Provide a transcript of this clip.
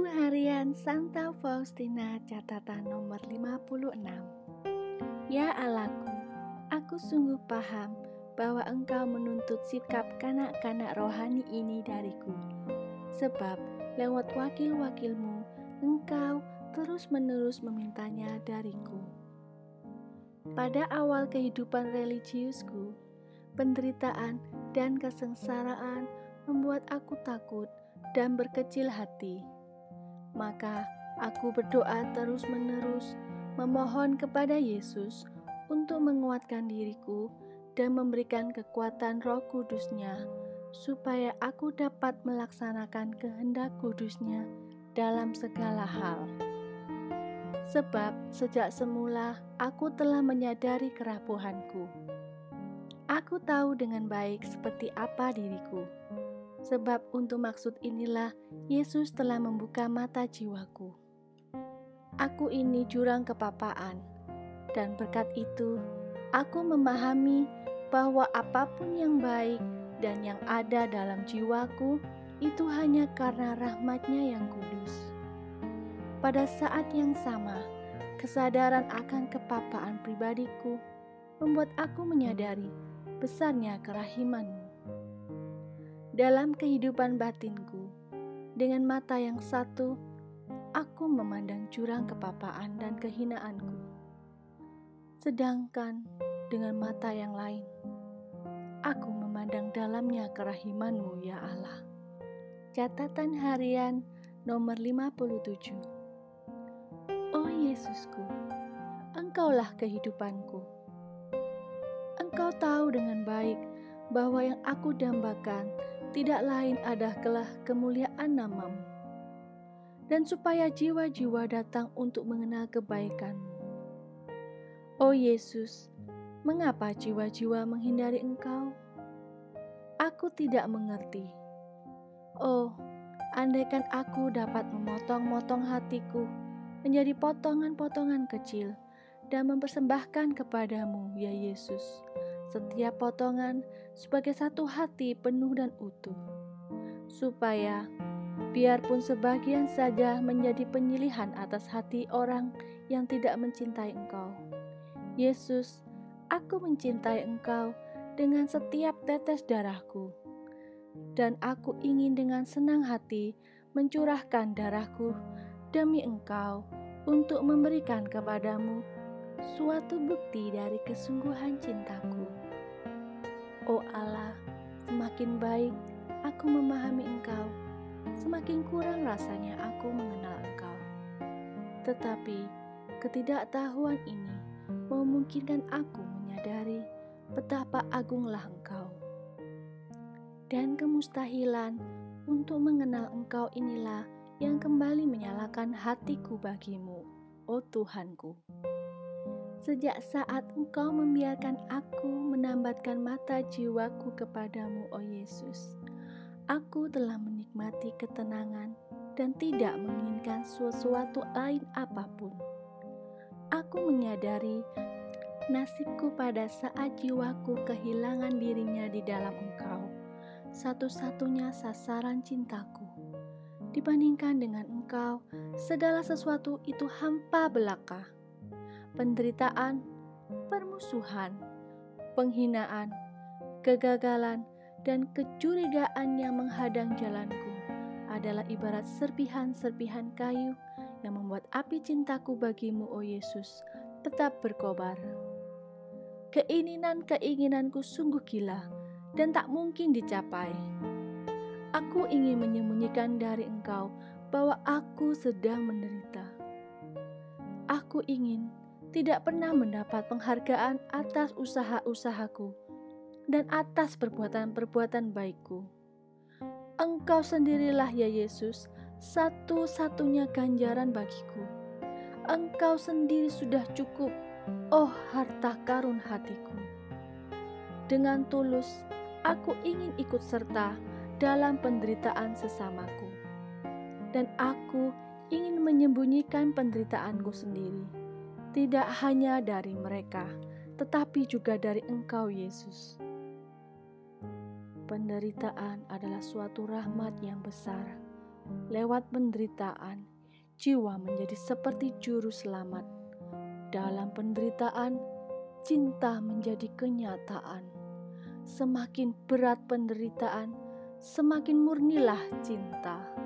Harian Santa Faustina catatan nomor 56. Ya Allahku, aku sungguh paham bahwa Engkau menuntut sikap kanak-kanak rohani ini dariku. Sebab lewat wakil-wakilmu, Engkau terus-menerus memintanya dariku. Pada awal kehidupan religiusku, penderitaan dan kesengsaraan membuat aku takut dan berkecil hati. Maka aku berdoa terus-menerus memohon kepada Yesus untuk menguatkan diriku dan memberikan kekuatan Roh Kudus-Nya supaya aku dapat melaksanakan kehendak kudus-Nya dalam segala hal. Sebab sejak semula aku telah menyadari kerapuhanku. Aku tahu dengan baik seperti apa diriku. Sebab untuk maksud inilah Yesus telah membuka mata jiwaku. Aku ini jurang kepapaan, dan berkat itu aku memahami bahwa apapun yang baik dan yang ada dalam jiwaku itu hanya karena rahmat-Nya yang kudus. Pada saat yang sama, kesadaran akan kepapaan pribadiku membuat aku menyadari besarnya kerahiman-Mu. Dalam kehidupan batinku, dengan mata yang satu, aku memandang jurang kepapaan dan kehinaanku. Sedangkan dengan mata yang lain, aku memandang dalamnya kerahiman-Mu, ya Allah. Catatan harian nomor 57. Oh Yesusku, Engkaulah kehidupanku. Engkau tahu dengan baik bahwa yang aku dambakan tidak lain adalah kemuliaan nama-Mu, dan supaya jiwa-jiwa datang untuk mengenal kebaikan-Mu. Oh Yesus, mengapa jiwa-jiwa menghindari Engkau? Aku tidak mengerti. Oh, andaikan aku dapat memotong-motong hatiku menjadi potongan-potongan kecil dan mempersembahkan kepadamu, ya Yesus, setiap potongan sebagai satu hati penuh dan utuh, supaya biarpun sebagian saja menjadi penyilihan atas hati orang yang tidak mencintai Engkau. Yesus, aku mencintai Engkau dengan setiap tetes darahku, dan aku ingin dengan senang hati mencurahkan darahku demi Engkau untuk memberikan kepadamu suatu bukti dari kesungguhan cintaku. Oh Allah, semakin baik aku memahami Engkau, semakin kurang rasanya aku mengenal Engkau. Tetapi ketidaktahuan ini memungkinkan aku menyadari betapa agunglah Engkau. Dan kemustahilan untuk mengenal Engkau inilah yang kembali menyalakan hatiku bagimu, oh Tuhanku. Sejak saat Engkau membiarkan aku menambatkan mata jiwaku kepadamu, oh Yesus, aku telah menikmati ketenangan dan tidak menginginkan sesuatu lain apapun. Aku menyadari nasibku pada saat jiwaku kehilangan dirinya di dalam Engkau, satu-satunya sasaran cintaku. Dibandingkan dengan Engkau, segala sesuatu itu hampa belaka. Penderitaan, permusuhan, penghinaan, kegagalan, dan kecurigaan yang menghadang jalanku adalah ibarat serpihan-serpihan kayu yang membuat api cintaku bagimu, oh Yesus, tetap berkobar. Keinginanku sungguh gila dan tak mungkin dicapai. Aku ingin menyembunyikan dari Engkau bahwa aku sedang menderita. Aku ingin tidak pernah mendapat penghargaan atas usaha-usahaku dan atas perbuatan-perbuatan baikku. Engkau sendirilah, ya Yesus, satu-satunya ganjaran bagiku. Engkau sendiri sudah cukup, oh harta karun hatiku. Dengan tulus, aku ingin ikut serta dalam penderitaan sesamaku, dan aku ingin menyembunyikan penderitaanku sendiri, tidak hanya dari mereka, tetapi juga dari Engkau, Yesus. Penderitaan adalah suatu rahmat yang besar Lewat penderitaan, jiwa menjadi seperti juru selamat. Dalam penderitaan, cinta menjadi kenyataan. Semakin berat penderitaan, semakin murnilah cinta.